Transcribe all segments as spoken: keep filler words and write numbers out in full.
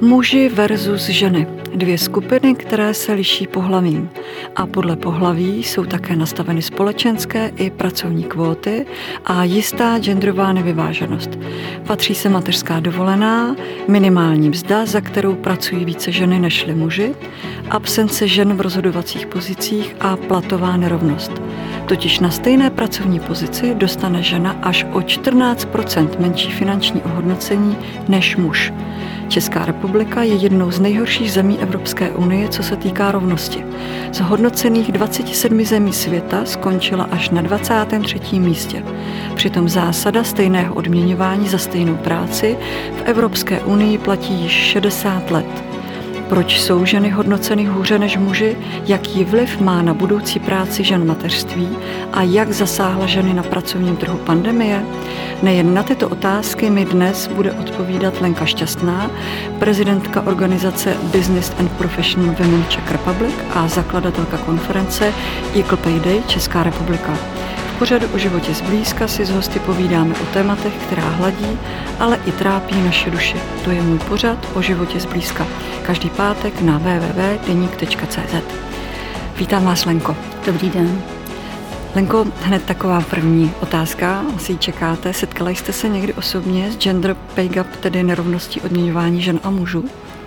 Muži versus ženy. Dvě skupiny, které se liší pohlavím. A podle pohlaví jsou také nastaveny společenské i pracovní kvóty a jistá genderová nevyváženost. Patří se mateřská dovolená, minimální mzda, za kterou pracují více ženy nežli muži, absence žen v rozhodovacích pozicích a platová nerovnost. Totiž na stejné pracovní pozici dostane žena až o čtrnáct procent menší finanční ohodnocení než muž. Česká republika je jednou z nejhorších zemí Evropské unie, co se týká rovnosti. Z hodnocených dvaceti sedmi zemí světa skončila až na dvacátém třetím místě. Přitom zásada stejného odměňování za stejnou práci v Evropské unii platí již šedesát let. Proč jsou ženy hodnoceny hůře než muži, jaký vliv má na budoucí práci žen mateřství a jak zasáhla ženy na pracovním trhu pandemie? Nejen na tyto otázky mi dnes bude odpovídat Lenka Šťastná, prezidentka organizace Business and Professional Women Czech Republic a zakladatelka konference Equal Pay Day Česká republika. V pořadu O životě zblízka si s hosty povídáme o tématech, která hladí, ale i trápí naše duši. To je můj pořad O životě zblízka. Každý pátek na w w w tečka denik tečka c z. Vítám vás, Lenko. Dobrý den. Lenko, hned taková první otázka, asi ji čekáte. Setkala jste se někdy osobně s gender pay gap, tedy nerovností odměňování žen a mužů?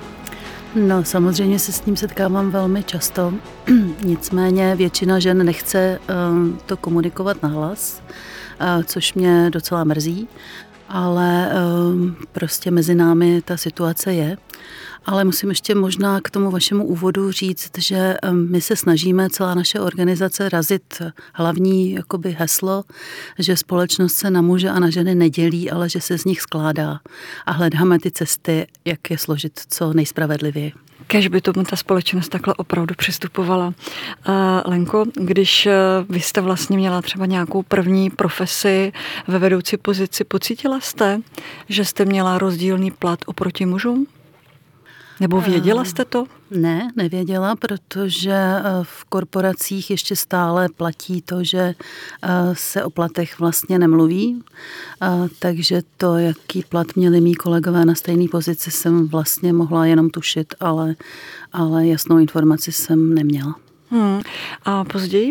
No, samozřejmě se s tím setkávám velmi často, nicméně většina žen nechce uh, to komunikovat nahlas, uh, což mě docela mrzí, ale uh, prostě mezi námi ta situace je. Ale musím ještě možná k tomu vašemu úvodu říct, že my se snažíme, celá naše organizace, razit hlavní jakoby heslo, že společnost se na muže a na ženy nedělí, ale že se z nich skládá a hledáme ty cesty, jak je složit co nejspravedlivěji. Kéž by tomu ta společnost takhle opravdu přistupovala. Uh, Lenko, když vy jste vlastně měla třeba nějakou první profesi ve vedoucí pozici, pocítila jste, že jste měla rozdílný plat oproti mužům? Nebo věděla jste to? Ne, nevěděla, protože v korporacích ještě stále platí to, že se o platech vlastně nemluví. Takže to, jaký plat měli mý kolegové na stejné pozici, jsem vlastně mohla jenom tušit, ale, ale jasnou informaci jsem neměla. Hmm. A později?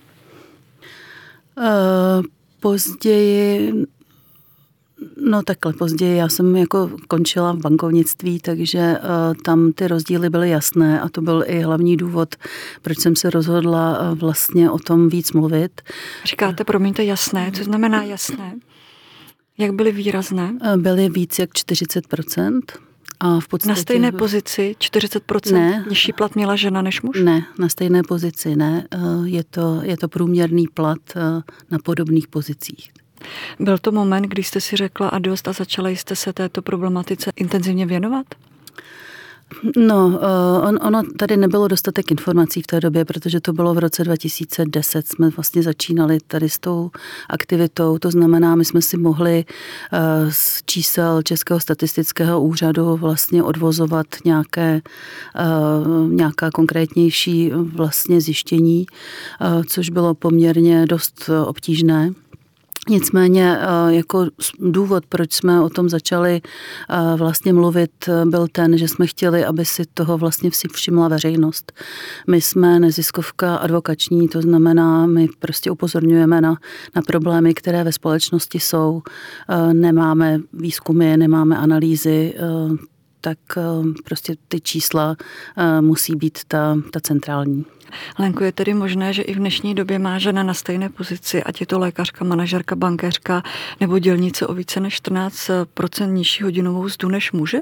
Později... No takhle později, já jsem jako končila v bankovnictví, takže uh, tam ty rozdíly byly jasné a to byl i hlavní důvod, proč jsem se rozhodla uh, vlastně o tom víc mluvit. Říkáte, promiňte, jasné, co znamená jasné? Jak byly výrazné? Uh, byly víc jak čtyřicet procent. A v podstatě... Na stejné pozici čtyřicet procent ne, nižší plat měla žena než muž? Ne, na stejné pozici ne. Uh, je to, je to průměrný plat uh, na podobných pozicích. Byl to moment, kdy jste si řekla a dost a začala jste se této problematice intenzivně věnovat? No, on, ono tady nebylo dostatek informací v té době, protože to bylo v roce dva tisíce deset, jsme vlastně začínali tady s tou aktivitou, to znamená, my jsme si mohli z čísel Českého statistického úřadu vlastně odvozovat nějaké, nějaká konkrétnější vlastně zjištění, což bylo poměrně dost obtížné. Nicméně jako důvod, proč jsme o tom začali vlastně mluvit, byl ten, že jsme chtěli, aby si toho vlastně si všimla veřejnost. My jsme neziskovka advokační, to znamená, my prostě upozorňujeme na, na problémy, které ve společnosti jsou. Nemáme výzkumy, nemáme analýzy, tak prostě ty čísla musí být ta, ta centrální. Lenko, je tedy možné, že i v dnešní době má žena na stejné pozici, ať je to lékařka, manažerka, bankéřka nebo dělnice o více než čtrnáct procent nižší hodinovou mzdu než muže?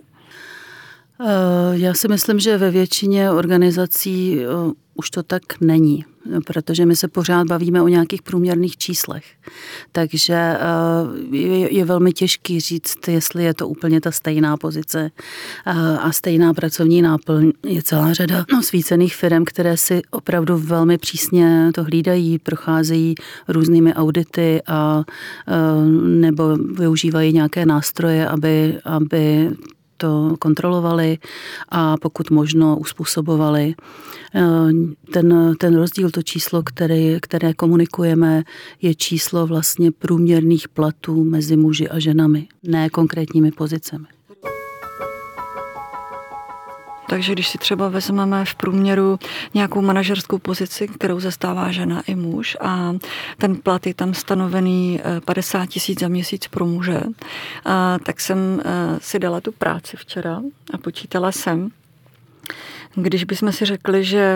Já si myslím, že ve většině organizací už to tak není, protože my se pořád bavíme o nějakých průměrných číslech. Takže je, je velmi těžký říct, jestli je to úplně ta stejná pozice a stejná pracovní náplň. Je celá řada osvícených firm, které si opravdu velmi přísně to hlídají, procházejí různými audity a nebo využívají nějaké nástroje, aby, aby to kontrolovali a pokud možno uspůsobovali. Ten, ten rozdíl, to číslo, které, které komunikujeme, je číslo vlastně průměrných platů mezi muži a ženami, ne konkrétními pozicemi. takže když si třeba vezmeme v průměru nějakou manažerskou pozici, kterou zastává žena i muž a ten plat je tam stanovený padesát tisíc za měsíc pro muže, a tak jsem si dala tu práci včera a počítala jsem, když bychom si řekli, že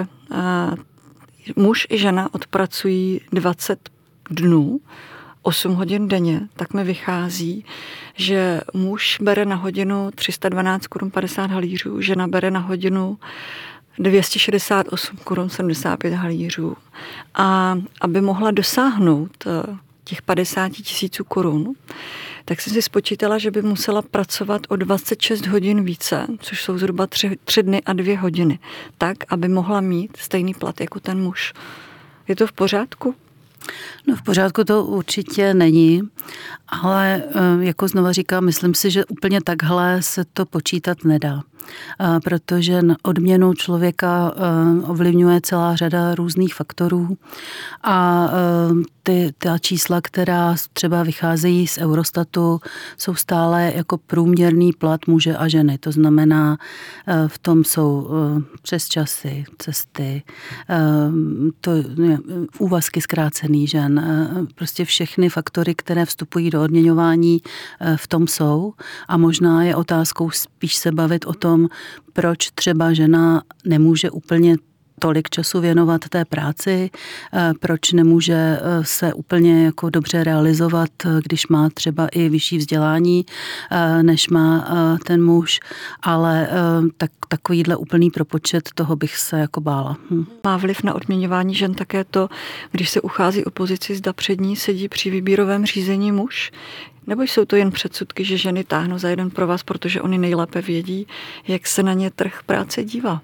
muž i žena odpracují dvacet dnů, osm hodin denně, tak mi vychází, že muž bere na hodinu tři sta dvanáct korun padesát halířů, žena bere na hodinu dvě stě šedesát osm korun sedmdesát pět halířů. A aby mohla dosáhnout těch padesát tisíců korun, tak jsem si spočítala, že by musela pracovat o dvacet šest hodin více, což jsou zhruba tři, tři dny a dvě hodiny, tak, aby mohla mít stejný plat jako ten muž. Je to v pořádku? No v pořádku to určitě není, ale jako znova říkám, myslím si, že úplně takhle se to počítat nedá. Protože odměnu člověka ovlivňuje celá řada různých faktorů a ty, ta čísla, která třeba vycházejí z Eurostatu, jsou stále jako průměrný plat muže a ženy. To znamená, v tom jsou přesčasy, cesty, to, úvazky zkrácený žen, prostě všechny faktory, které vstupují do odměňování, v tom jsou a možná je otázkou spíš se bavit o tom, proč třeba žena nemůže úplně tolik času věnovat té práci, proč nemůže se úplně jako dobře realizovat, když má třeba i vyšší vzdělání, než má ten muž, ale tak, takovýhle úplný propočet, toho bych se jako bála. Hm. Má vliv na odměňování žen také to, když se uchází o pozici, zda před ní sedí při výběrovém řízení muž? Nebo jsou to jen předsudky, že ženy táhnou za jeden pro vás, protože oni nejlépe vědí, jak se na ně trh práce dívá?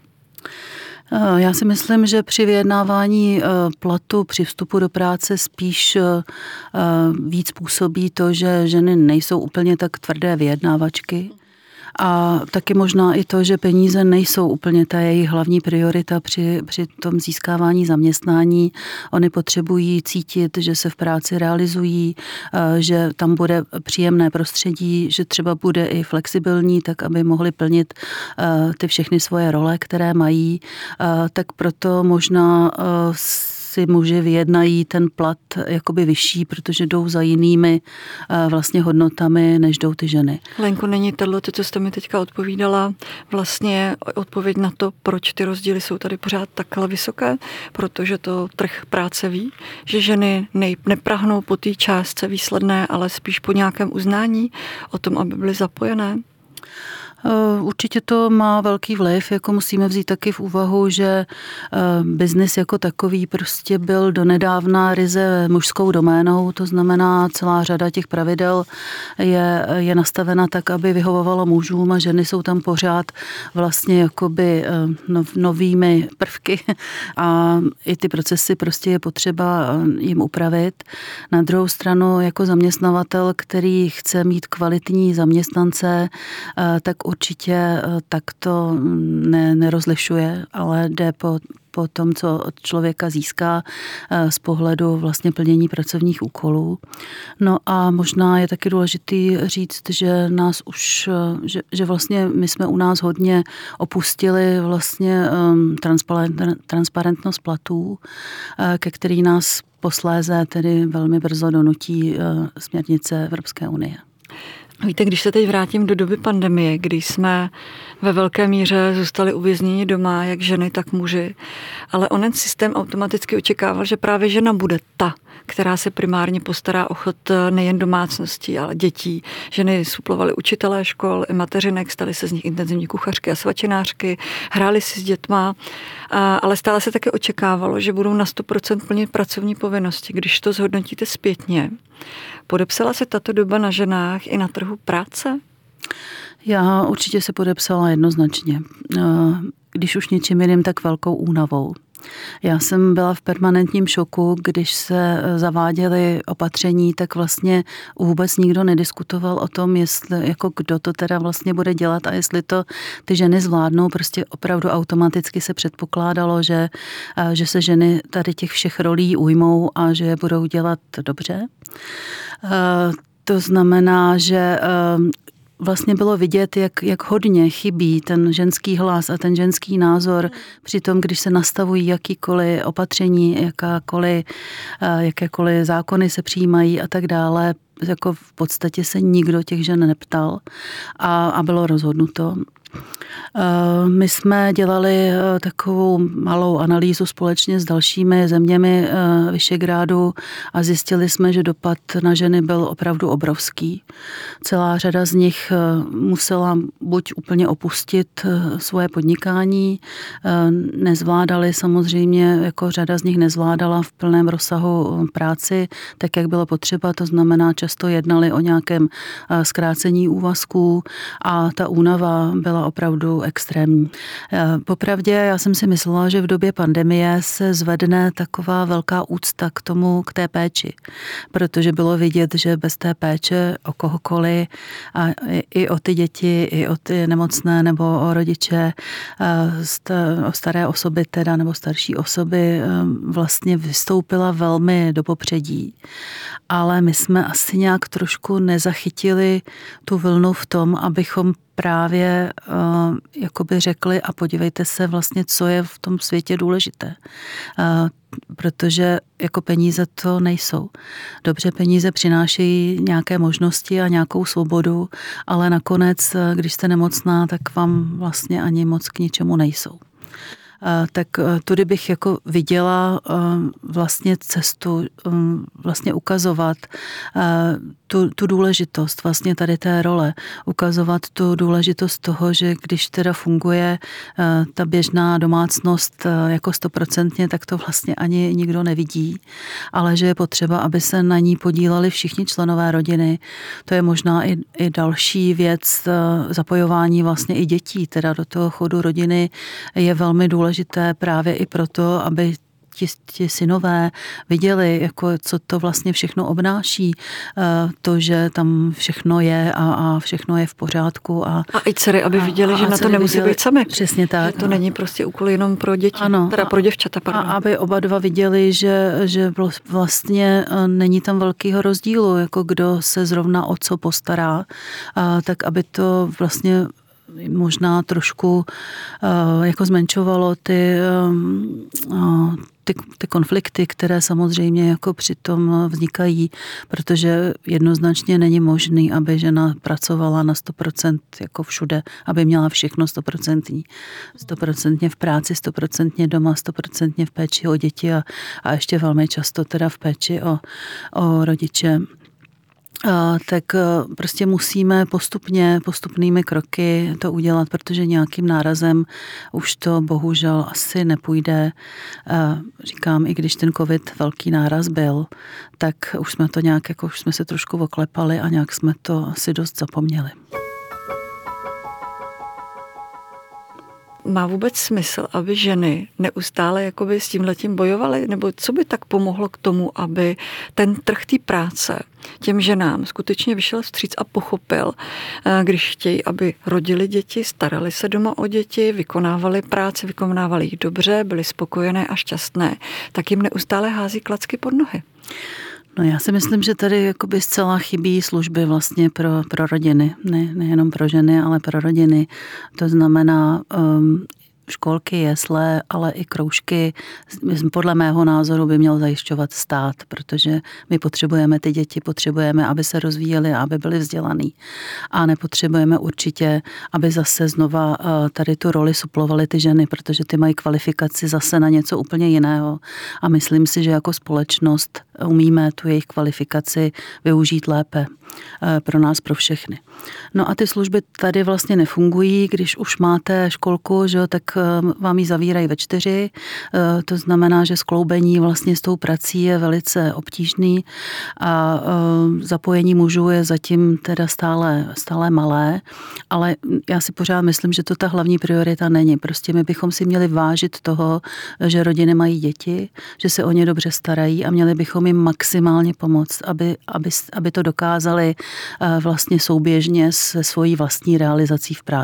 Já si myslím, že při vyjednávání platu, při vstupu do práce spíš víc působí to, že ženy nejsou úplně tak tvrdé vyjednávačky. A taky možná i to, že peníze nejsou úplně ta jejich hlavní priorita při, při tom získávání zaměstnání. Oni potřebují cítit, že se v práci realizují, že tam bude příjemné prostředí, že třeba bude i flexibilní, tak aby mohli plnit ty všechny svoje role, které mají. Tak proto možná si muži vyjednají ten plat jakoby vyšší, protože jdou za jinými vlastně hodnotami, než jdou ty ženy. Lenko, není tohle, to, co jste mi teďka odpovídala, vlastně odpověď na to, proč ty rozdíly jsou tady pořád takhle vysoké, protože to trh práce ví, že ženy nej, neprahnou po té částce výsledné, ale spíš po nějakém uznání o tom, aby byly zapojené. Určitě to má velký vliv, jako musíme vzít taky v úvahu, že biznis jako takový prostě byl donedávna ryze mužskou doménou, to znamená celá řada těch pravidel je, je nastavena tak, aby vyhovovalo mužům a ženy jsou tam pořád vlastně jakoby novými prvky a i ty procesy prostě je potřeba jim upravit. Na druhou stranu jako zaměstnavatel, který chce mít kvalitní zaměstnance, tak určitě tak to ne, nerozlišuje, ale jde po, po tom, co od člověka získá z pohledu vlastně plnění pracovních úkolů. No a možná je taky důležitý říct, že nás už, že, že vlastně my jsme u nás hodně opustili vlastně transparentnost platů, ke který nás posléze tedy velmi brzo donutí směrnice Evropské unie. Víte, když se teď vrátím do doby pandemie, kdy jsme ve velké míře zůstali uvězněni doma, jak ženy, tak muži, ale onen systém automaticky očekával, že právě žena bude ta, která se primárně postará o chod nejen domácností, ale dětí. Ženy suplovaly učitelé škol i mateřinek, staly se z nich intenzivní kuchařky a svačinářky, hrály si s dětma, ale stále se také očekávalo, že budou na sto procent plnit pracovní povinnosti. Když to zhodnotíte zpětně, podepsala se tato doba na ženách i na trhu práce? Já určitě se podepsala jednoznačně. Když už něčím jiným, tak velkou únavou. Já jsem byla v permanentním šoku, když se zaváděly opatření, tak vlastně vůbec nikdo nediskutoval o tom, jestli, jako kdo to teda vlastně bude dělat a jestli to ty ženy zvládnou. Prostě opravdu automaticky se předpokládalo, že, že se ženy tady těch všech rolí ujmou a že je budou dělat dobře. To znamená, že vlastně bylo vidět, jak, jak hodně chybí ten ženský hlas a ten ženský názor při tom, když se nastavují jakýkoliv opatření, jakákoliv, jakékoliv zákony se přijímají a tak dále. Jako v podstatě se nikdo těch žen neptal a, a bylo rozhodnuto. My jsme dělali takovou malou analýzu společně s dalšími zeměmi Visegrádu a zjistili jsme, že dopad na ženy byl opravdu obrovský. Celá řada z nich musela buď úplně opustit svoje podnikání, nezvládali samozřejmě, jako řada z nich nezvládala v plném rozsahu práci, tak jak bylo potřeba, to znamená, často jednali o nějakém zkrácení úvazků a ta únava byla opravdu extrémní. Popravdě já jsem si myslela, že v době pandemie se zvedne taková velká úcta k tomu, k té péči, protože bylo vidět, že bez té péče o kohokoliv a i o ty děti, i o ty nemocné nebo o rodiče, o staré osoby teda nebo starší osoby vlastně vystoupila velmi do popředí. Ale my jsme asi nějak trošku nezachytili tu vlnu v tom, abychom právě uh, jakoby řekli a podívejte se vlastně, co je v tom světě důležité. Uh, protože jako peníze to nejsou. Dobře, peníze přinášejí nějaké možnosti a nějakou svobodu, ale nakonec, když jste nemocná, tak vám vlastně ani moc k ničemu nejsou. Tak tudy bych jako viděla vlastně cestu, vlastně ukazovat tu, tu důležitost vlastně tady té role, ukazovat tu důležitost toho, že když teda funguje ta běžná domácnost jako stoprocentně, tak to vlastně ani nikdo nevidí, ale že je potřeba, aby se na ní podíleli všichni členové rodiny. To je možná i, i další věc, zapojování vlastně i dětí, teda do toho chodu rodiny je velmi důležité. Důležité právě i proto, aby ti, ti synové viděli, jako co to vlastně všechno obnáší, to, že tam všechno je a, a všechno je v pořádku. A, a i dcery, aby viděli, a, že a na to nemusí viděli, být sami. Přesně tak. Že to není prostě úkol jenom pro děti, ano, teda pro děvčata. Pardon. A aby oba dva viděli, že, že vlastně není tam velkýho rozdílu, jako kdo se zrovna o co postará, a tak aby to vlastně možná trošku uh, jako zmenšovalo ty, uh, ty, ty konflikty, které samozřejmě jako přitom vznikají, protože jednoznačně není možný, aby žena pracovala na sto procent jako všude, aby měla všechno stoprocentní. Stoprocentně v práci, stoprocentně doma, stoprocentně v péči o děti a, a ještě velmi často teda v péči o, o rodiče. Tak prostě musíme postupně, postupnými kroky to udělat, protože nějakým nárazem už to bohužel asi nepůjde. Říkám, i když ten covid velký náraz byl, tak už jsme to nějak, jako už jsme se trošku oklepali a nějak jsme to asi dost zapomněli. Má vůbec smysl, aby ženy neustále jakoby s tímhletím bojovaly? Nebo co by tak pomohlo k tomu, aby ten trh té práce těm ženám skutečně vyšel vstříc a pochopil, když chtějí, aby rodili děti, starali se doma o děti, vykonávali práci, vykonávali ji dobře, byli spokojené a šťastné, tak jim neustále hází klacky pod nohy. No já si myslím, že tady jakoby zcela chybí služby vlastně pro, pro rodiny. Ne, nejenom pro ženy, ale pro rodiny. To znamená um, školky, jesle, ale i kroužky. Podle mého názoru by měl zajišťovat stát, protože my potřebujeme ty děti, potřebujeme, aby se rozvíjely, aby byly vzdělaný. A nepotřebujeme určitě, aby zase znova tady tu roli suplovaly ty ženy, protože ty mají kvalifikaci zase na něco úplně jiného. A myslím si, že jako společnost umíme tu jejich kvalifikaci využít lépe pro nás, pro všechny. No a ty služby tady vlastně nefungují, když už máte školku, že jo, tak vám ji zavírají ve čtyři, to znamená, že skloubení vlastně s tou prací je velice obtížný a zapojení mužů je zatím teda stále, stále malé, ale já si pořád myslím, že to ta hlavní priorita není. Prostě my bychom si měli vážit toho, že rodiny mají děti, že se o ně dobře starají a měli bychom jim maximálně pomoct, aby, aby, aby to dokázali vlastně souběžně se svojí vlastní realizací v práci.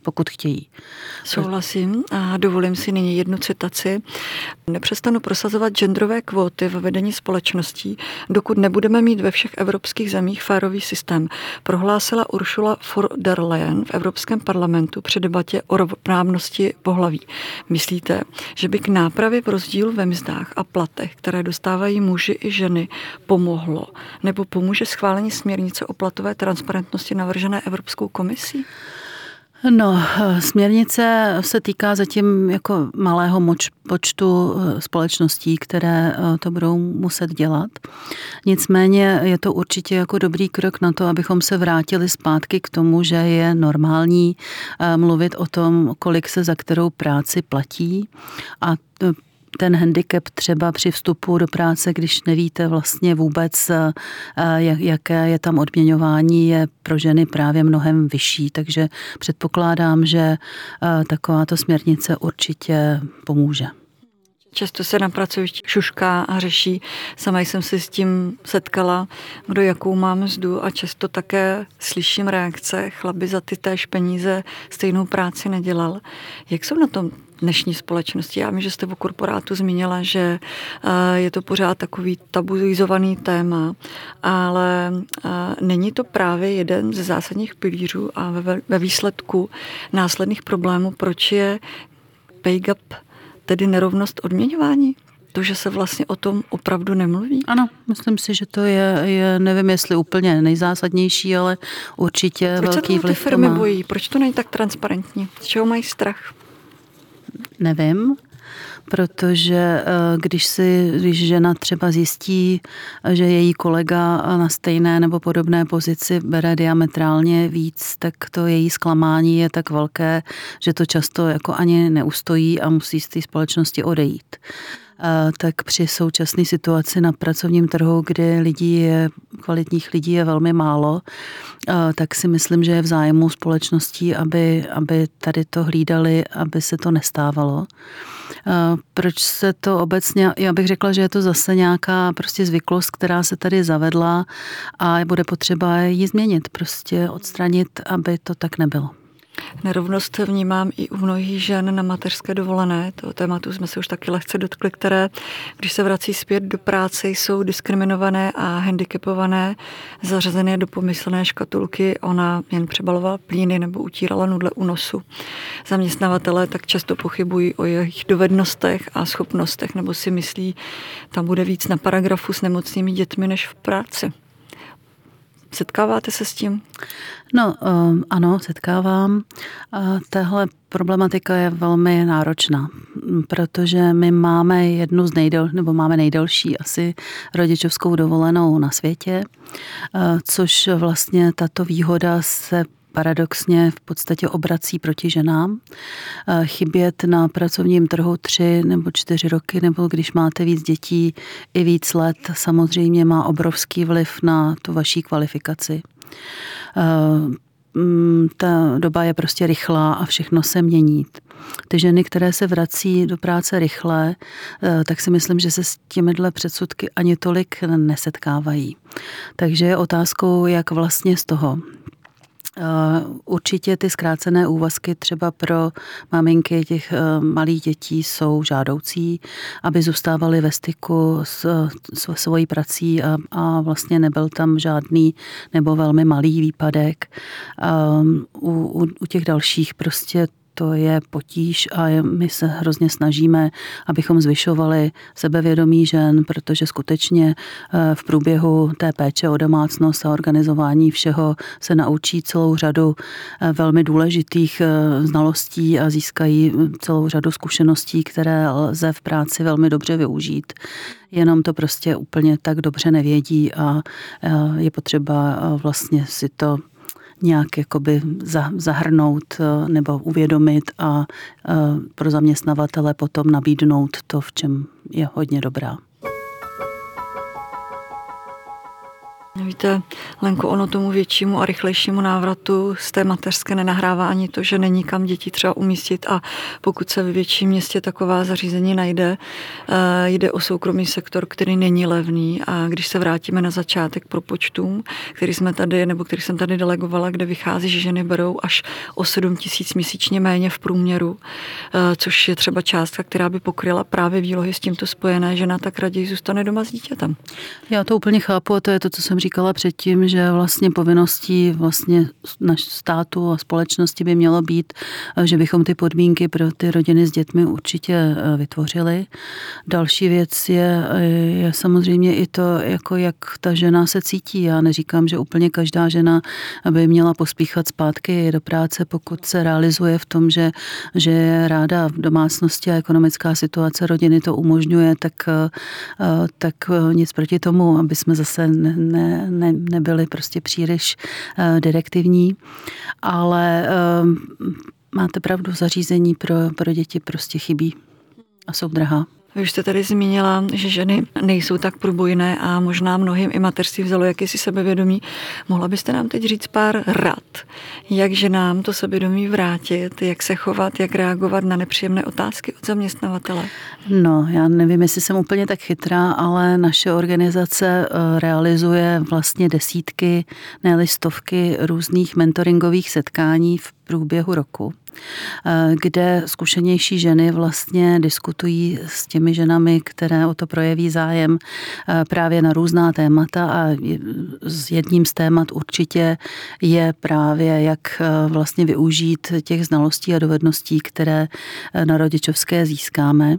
pokud chtějí. Souhlasím a dovolím si nyní jednu citaci. Nepřestanu prosazovat genderové kvóty ve vedení společností, dokud nebudeme mít ve všech evropských zemích férový systém, prohlásila Ursula von der Leyen v Evropském parlamentu při debatě o rovnoprávnosti pohlaví. Myslíte, že by k nápravě v rozdílu ve mzdách a platech, které dostávají muži i ženy, pomohlo nebo pomůže schválení směrnice o platové transparentnosti navržené Evropskou komisí? No, směrnice se týká zatím jako malého moč, počtu společností, které to budou muset dělat. Nicméně je to určitě jako dobrý krok na to, abychom se vrátili zpátky k tomu, že je normální mluvit o tom, kolik se za kterou práci platí a ten handicap třeba při vstupu do práce, když nevíte vlastně vůbec, jaké je tam odměňování, je pro ženy právě mnohem vyšší. Takže předpokládám, že takováto směrnice určitě pomůže. Často se na pracovišti šušká a řeší. Sama jsem se s tím setkala, kdo jakou má mzdu a často také slyším reakce, chlap by za ty též peníze stejnou práci nedělal. Jak jsou na tom dnešní společnosti? Já vím, že jste o korporátu zmínila, že je to pořád takový tabuizovaný téma, ale není to právě jeden ze zásadních pilířů a ve výsledku následných problémů, proč je pay gap, tedy nerovnost odměňování? To, že se vlastně o tom opravdu nemluví? Ano, myslím si, že to je, je nevím, jestli úplně nejzásadnější, ale určitě Proč velký vliv to má. Proč se ty firmy bojí? Proč to není tak transparentní? Z čeho mají strach? Nevím, protože když si, když žena třeba zjistí, že její kolega na stejné nebo podobné pozici bere diametrálně víc, tak to její zklamání je tak velké, že to často jako ani neustojí a musí z té společnosti odejít. Tak při současné situaci na pracovním trhu, kdy lidí je, kvalitních lidí je velmi málo, tak si myslím, že je v zájmu společností, aby, aby tady to hlídali, aby se to nestávalo. Proč se to obecně, já bych řekla, že je to zase nějaká prostě zvyklost, která se tady zavedla a bude potřeba ji změnit, prostě odstranit, aby to tak nebylo. Nerovnost vnímám i u mnohých žen na mateřské dovolené. To tématu jsme se už taky lehce dotkli, které, když se vrací zpět do práce, jsou diskriminované a handicapované, zařazené do pomyslné škatulky. Ona jen přebalovala plíny nebo utírala nudle u nosu. Zaměstnavatelé tak často pochybují o jejich dovednostech a schopnostech, nebo si myslí, tam bude víc na paragrafu s nemocnými dětmi než v práci. Setkáváte se s tím? No ano, setkávám. Tahle problematika je velmi náročná, protože my máme jednu z nejdel, nebo máme nejdelší asi rodičovskou dovolenou na světě, což vlastně tato výhoda se paradoxně v podstatě obrací proti ženám. Chybět na pracovním trhu tři nebo čtyři roky, nebo když máte víc dětí i víc let, samozřejmě má obrovský vliv na tu vaší kvalifikaci. Ta doba je prostě rychlá a všechno se mění. Ty ženy, které se vrací do práce rychle, tak si myslím, že se s těmihle předsudky ani tolik nesetkávají. Takže je otázkou, jak vlastně z toho. Určitě ty zkrácené úvazky třeba pro maminky těch malých dětí jsou žádoucí, aby zůstávaly ve styku s, s svojí prací a, a vlastně nebyl tam žádný nebo velmi malý výpadek. U, u, u těch dalších prostě to je potíž a my se hrozně snažíme, abychom zvyšovali sebevědomí žen, protože skutečně v průběhu té péče o domácnost a organizování všeho se naučí celou řadu velmi důležitých znalostí a získají celou řadu zkušeností, které lze v práci velmi dobře využít. Jenom to prostě úplně tak dobře nevědí a je potřeba vlastně si to nějak jakoby zahrnout nebo uvědomit a pro zaměstnavatele potom nabídnout to, v čem je hodně dobrá. Víte, Lenko, ono tomu většímu a rychlejšímu návratu z té mateřské nenahrává ani to, že není kam děti třeba umístit a pokud se ve větším městě taková zařízení najde, jde o soukromý sektor, který není levný a když se vrátíme na začátek propočtům, který jsme tady, nebo který jsem tady delegovala, kde vychází, že ženy berou až o sedm tisíc měsíčně méně v průměru, což je třeba částka, která by pokryla právě výlohy s tímto spojené, žena tak raději zůstane doma s dítětem. Já to úplně chápu a to je to, co jsem říkala předtím, že vlastně povinností vlastně naš státu a společnosti by mělo být, že bychom ty podmínky pro ty rodiny s dětmi určitě vytvořili. Další věc je, je samozřejmě i to, jako jak ta žena se cítí. Já neříkám, že úplně každá žena by měla pospíchat zpátky do práce, pokud se realizuje v tom, že, že je ráda v domácnosti a ekonomická situace rodiny to umožňuje, tak, tak nic proti tomu, aby jsme zase ne, ne, ne, nebyli prostě příliš uh, direktivní, ale uh, máte pravdu, zařízení pro, pro děti prostě chybí a jsou drahá. Vy už jste tady zmínila, že ženy nejsou tak průbojné a možná mnohým i mateřství vzalo jakési sebevědomí. Mohla byste nám teď říct pár rad, jak ženám to sebevědomí vrátit, jak se chovat, jak reagovat na nepříjemné otázky od zaměstnavatele? No, já nevím, jestli jsem úplně tak chytrá, ale naše organizace realizuje vlastně desítky, ne stovky různých mentoringových setkání v průběhu roku, kde zkušenější ženy vlastně diskutují s těmi ženami, které o to projeví zájem právě na různá témata a s jedním z témat určitě je právě, jak vlastně využít těch znalostí a dovedností, které na rodičovské získáme.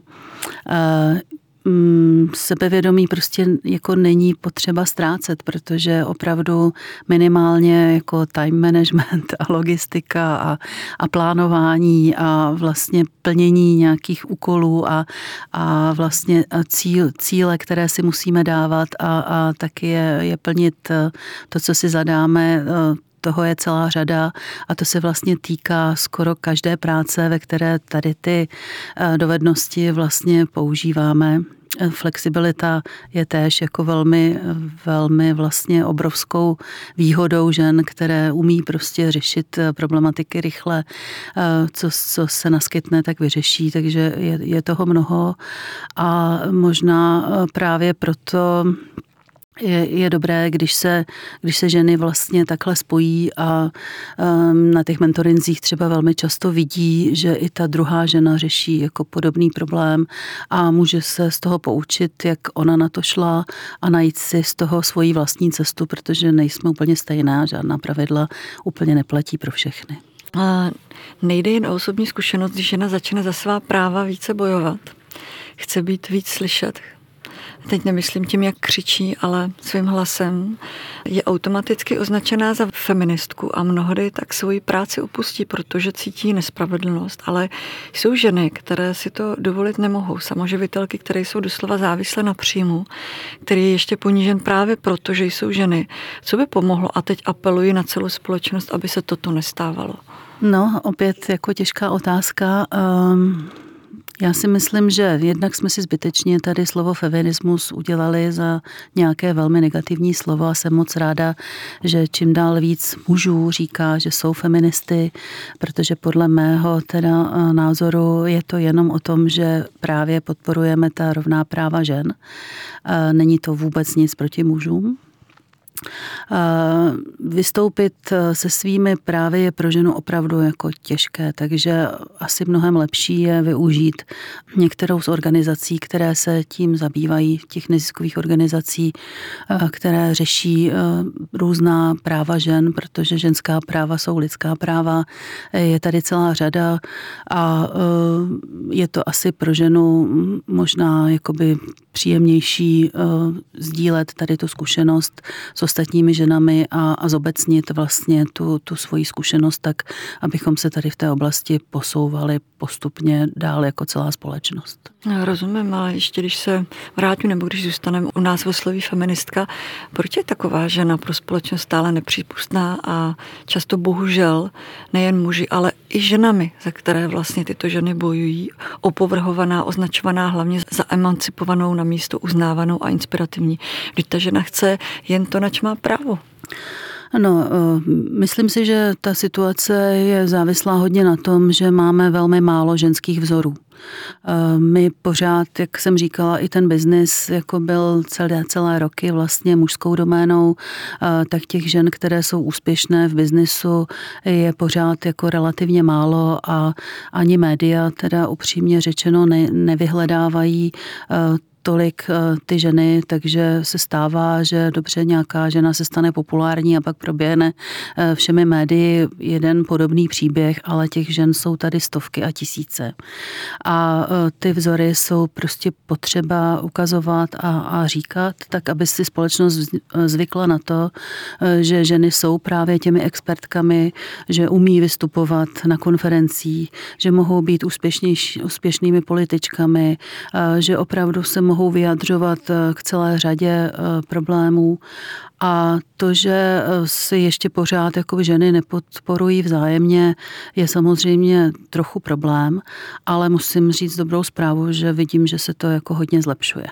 Sebevědomí prostě jako není potřeba ztrácet, protože opravdu minimálně jako time management a logistika a, a plánování a vlastně plnění nějakých úkolů a, a vlastně cíl, cíle, které si musíme dávat a, a taky je, je plnit to, co si zadáme, toho je celá řada a to se vlastně týká skoro každé práce, ve které tady ty dovednosti vlastně používáme. Flexibilita je též jako velmi, velmi vlastně obrovskou výhodou žen, které umí prostě řešit problematiky rychle, co, co se naskytne, tak vyřeší, takže je, je toho mnoho a možná právě proto Je, je dobré, když se, když se ženy vlastně takhle spojí a um, na těch mentorinzích třeba velmi často vidí, že i ta druhá žena řeší jako podobný problém a může se z toho poučit, jak ona na to šla a najít si z toho svoji vlastní cestu, protože nejsme úplně stejná, žádná pravidla úplně neplatí pro všechny. A nejde jen o osobní zkušenost, když žena začne za svá práva více bojovat. Chce být víc slyšet. Teď nemyslím tím, jak křičí, ale svým hlasem je automaticky označená za feministku a mnohdy tak svoji práci opustí, protože cítí nespravedlnost. Ale jsou ženy, které si to dovolit nemohou. Samoživitelky, které jsou doslova závislé na příjmu, který je ještě ponížen právě proto, že jsou ženy. Co by pomohlo? A teď apeluji na celou společnost, aby se toto nestávalo. No, opět jako těžká otázka. Um... Já si myslím, že jednak jsme si zbytečně tady slovo feminismus udělali za nějaké velmi negativní slovo a jsem moc ráda, že čím dál víc mužů říká, že jsou feministy, protože podle mého teda názoru je to jenom o tom, že právě podporujeme ta rovná práva žen. Není to vůbec nic proti mužům. Vystoupit se svými právy je pro ženu opravdu jako těžké, takže asi mnohem lepší je využít některou z organizací, které se tím zabývají, těch neziskových organizací, které řeší různá práva žen, protože ženská práva jsou lidská práva, je tady celá řada a je to asi pro ženu možná jakoby příjemnější sdílet tady tu zkušenost s ostatními ženami a, a zobecnit vlastně tu, tu svoji zkušenost tak, abychom se tady v té oblasti posouvali postupně dál jako celá společnost. Já rozumím, ale ještě když se vrátím, nebo když zůstaneme u nás ve sloví feministka, proč je taková žena pro společnost stále nepřípustná a často bohužel nejen muži, ale i ženami, za které vlastně tyto ženy bojují, opovrhovaná, označovaná hlavně za emancipovanou na místo uznávanou a inspirativní. Vždyť ta žena chce jen to, nač má právo. No, myslím si, že ta situace je závislá hodně na tom, že máme velmi málo ženských vzorů. My pořád, jak jsem říkala, i ten biznis jako byl celé, celé roky vlastně mužskou doménou, tak těch žen, které jsou úspěšné v biznisu, je pořád jako relativně málo a ani média teda upřímně řečeno ne, nevyhledávají tolik ty ženy, takže se stává, že dobře nějaká žena se stane populární a pak proběhne všemi médii jeden podobný příběh, ale těch žen jsou tady stovky a tisíce. A ty vzory jsou prostě potřeba ukazovat a, a říkat, tak aby si společnost zvykla na to, že ženy jsou právě těmi expertkami, že umí vystupovat na konferencích, že mohou být úspěšnými političkami, že opravdu se mohou mohou vyjadřovat k celé řadě problémů a to, že si ještě pořád jako ženy nepodporují vzájemně, je samozřejmě trochu problém, ale musím říct dobrou zprávu, že vidím, že se to jako hodně zlepšuje.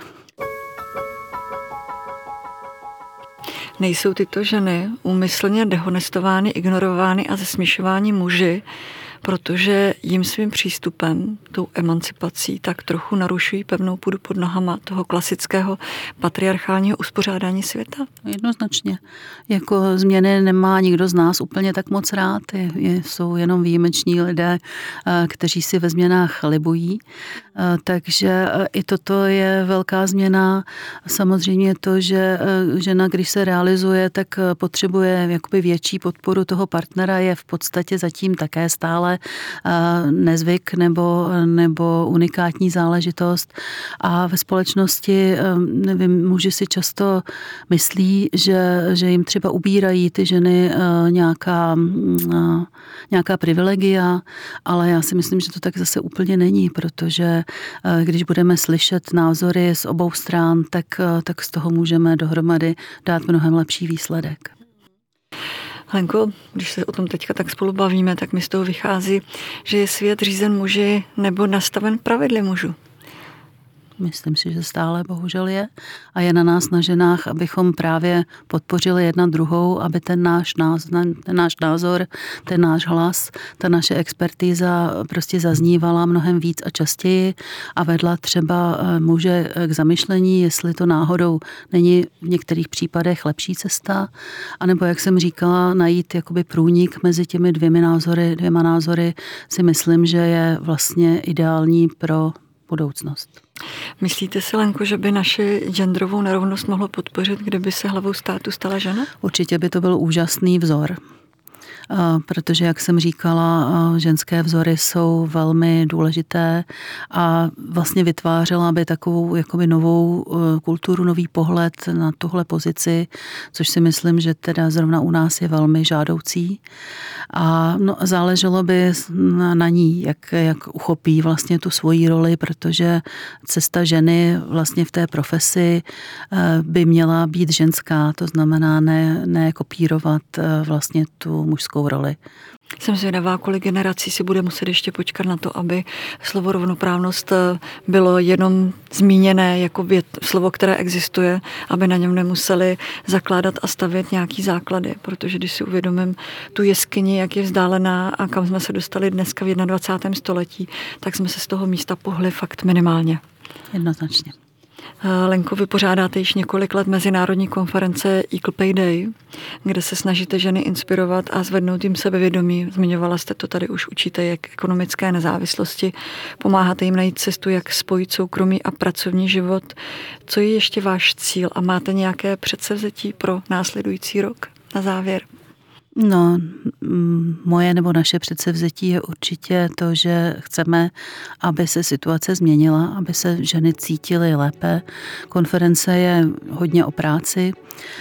Nejsou tyto ženy úmyslně dehonestovány, ignorovány a zesměšovány muži, protože jim svým přístupem, tou emancipací, tak trochu narušují pevnou půdu pod nohama toho klasického patriarchálního uspořádání světa? Jednoznačně. Jako změny nemá nikdo z nás úplně tak moc rád. Je, jsou jenom výjimeční lidé, kteří si ve změnách libují. Takže i toto je velká změna. Samozřejmě to, že žena, když se realizuje, tak potřebuje jakoby větší podporu toho partnera, je v podstatě zatím také stále nezvyk nebo, nebo unikátní záležitost. A ve společnosti, nevím, muži si často myslí, že, že jim třeba ubírají ty ženy nějaká, nějaká privilegia, ale já si myslím, že to tak zase úplně není, protože když budeme slyšet názory z obou stran, tak, tak z toho můžeme dohromady dát mnohem lepší výsledek. Lenko, když se o tom teďka tak spolu bavíme, tak mi z toho vychází, že je svět řízen muži nebo nastaven pravidly mužů. Myslím si, že stále bohužel je. A je na nás, na ženách, abychom právě podpořili jedna druhou, aby ten náš, náz, ten náš názor, ten náš hlas, ta naše expertíza prostě zaznívala mnohem víc a častěji a vedla třeba muže k zamyšlení, jestli to náhodou není v některých případech lepší cesta, anebo, jak jsem říkala, najít jakoby průnik mezi těmi dvěmi názory, dvěma názory, si myslím, že je vlastně ideální pro budoucnost. Myslíte si, Lenko, že by naši genderovou nerovnost mohlo podpořit, kdyby se hlavou státu stala žena? Určitě by to byl úžasný vzor. Protože, jak jsem říkala, ženské vzory jsou velmi důležité a vlastně vytvářela by takovou jakoby novou kulturu, nový pohled na tuhle pozici, což si myslím, že teda zrovna u nás je velmi žádoucí. A no, záleželo by na ní, jak, jak uchopí vlastně tu svoji roli, protože cesta ženy vlastně v té profesi by měla být ženská, to znamená ne, ne kopírovat vlastně tu mužskou roli. Jsem zvědavá, kolik generací si bude muset ještě počkat na to, aby slovo rovnoprávnost bylo jenom zmíněné jako vět, slovo, které existuje, aby na něm nemuseli zakládat a stavět nějaký základy, protože když si uvědomím tu jeskyni, jak je vzdálená a kam jsme se dostali dneska v dvacátém prvním století, tak jsme se z toho místa pohli fakt minimálně. Jednoznačně. Lenko, vy pořádáte již několik let mezinárodní konference Equal Pay Day, kde se snažíte ženy inspirovat a zvednout jim sebevědomí. Zmiňovala jste to tady, už učíte je k ekonomické nezávislosti. Pomáháte jim najít cestu, jak spojit soukromý a pracovní život. Co je ještě váš cíl a máte nějaké předsevzetí pro následující rok na závěr? No, moje nebo naše předsevzetí je určitě to, že chceme, aby se situace změnila, aby se ženy cítily lépe. Konference je hodně o práci,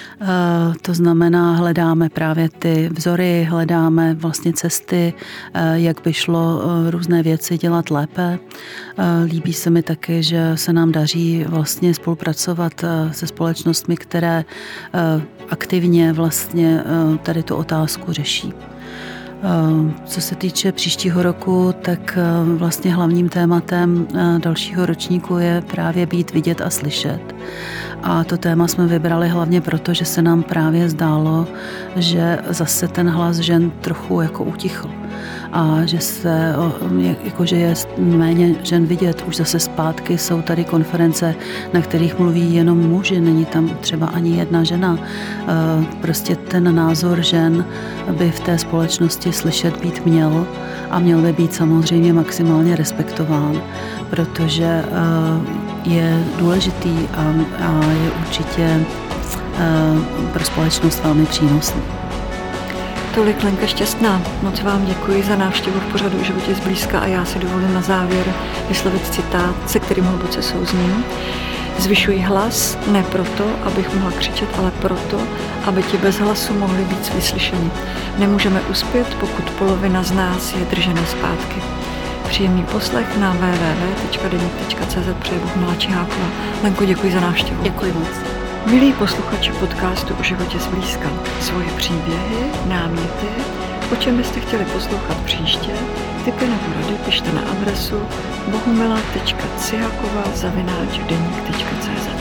to znamená, hledáme právě ty vzory, hledáme vlastně cesty, jak by šlo různé věci dělat lépe. Líbí se mi taky, že se nám daří vlastně spolupracovat se společnostmi, které aktivně vlastně tady tu otázku řeší. Co se týče příštího roku, tak vlastně hlavním tématem dalšího ročníku je právě být vidět a slyšet. A to téma jsme vybrali hlavně proto, že se nám právě zdálo, že zase ten hlas žen trochu jako utichl. A že se, jakože je méně žen vidět. Už zase zpátky jsou tady konference, na kterých mluví jenom muži, není tam třeba ani jedna žena. Prostě ten názor žen by v té společnosti slyšet být měl a měl by být samozřejmě maximálně respektován, protože je důležitý a, a je určitě pro společnost velmi přínosný. Tolik Lenka Šťastná. Moc vám děkuji za návštěvu v pořadu O životě zblízka a já si dovolím na závěr vyslovit citát, se kterým hluboce souzním. Zvyšuji hlas ne proto, abych mohla křičet, ale proto, aby ti bez hlasu mohli být vyslyšeni. Nemůžeme uspět, pokud polovina z nás je držena zpátky. Příjemný poslech na w w w tečka deník tečka c z přeje Bohumila Čiháková. Lenko, děkuji za návštěvu. Děkuji moc. Milí posluchači podcastu O životě zblízka, svoje příběhy, náměty, o čem byste chtěli poslouchat příště, tipy nebo rady pište na adresu bohumila tečka ciháková zavináč deník tečka c z.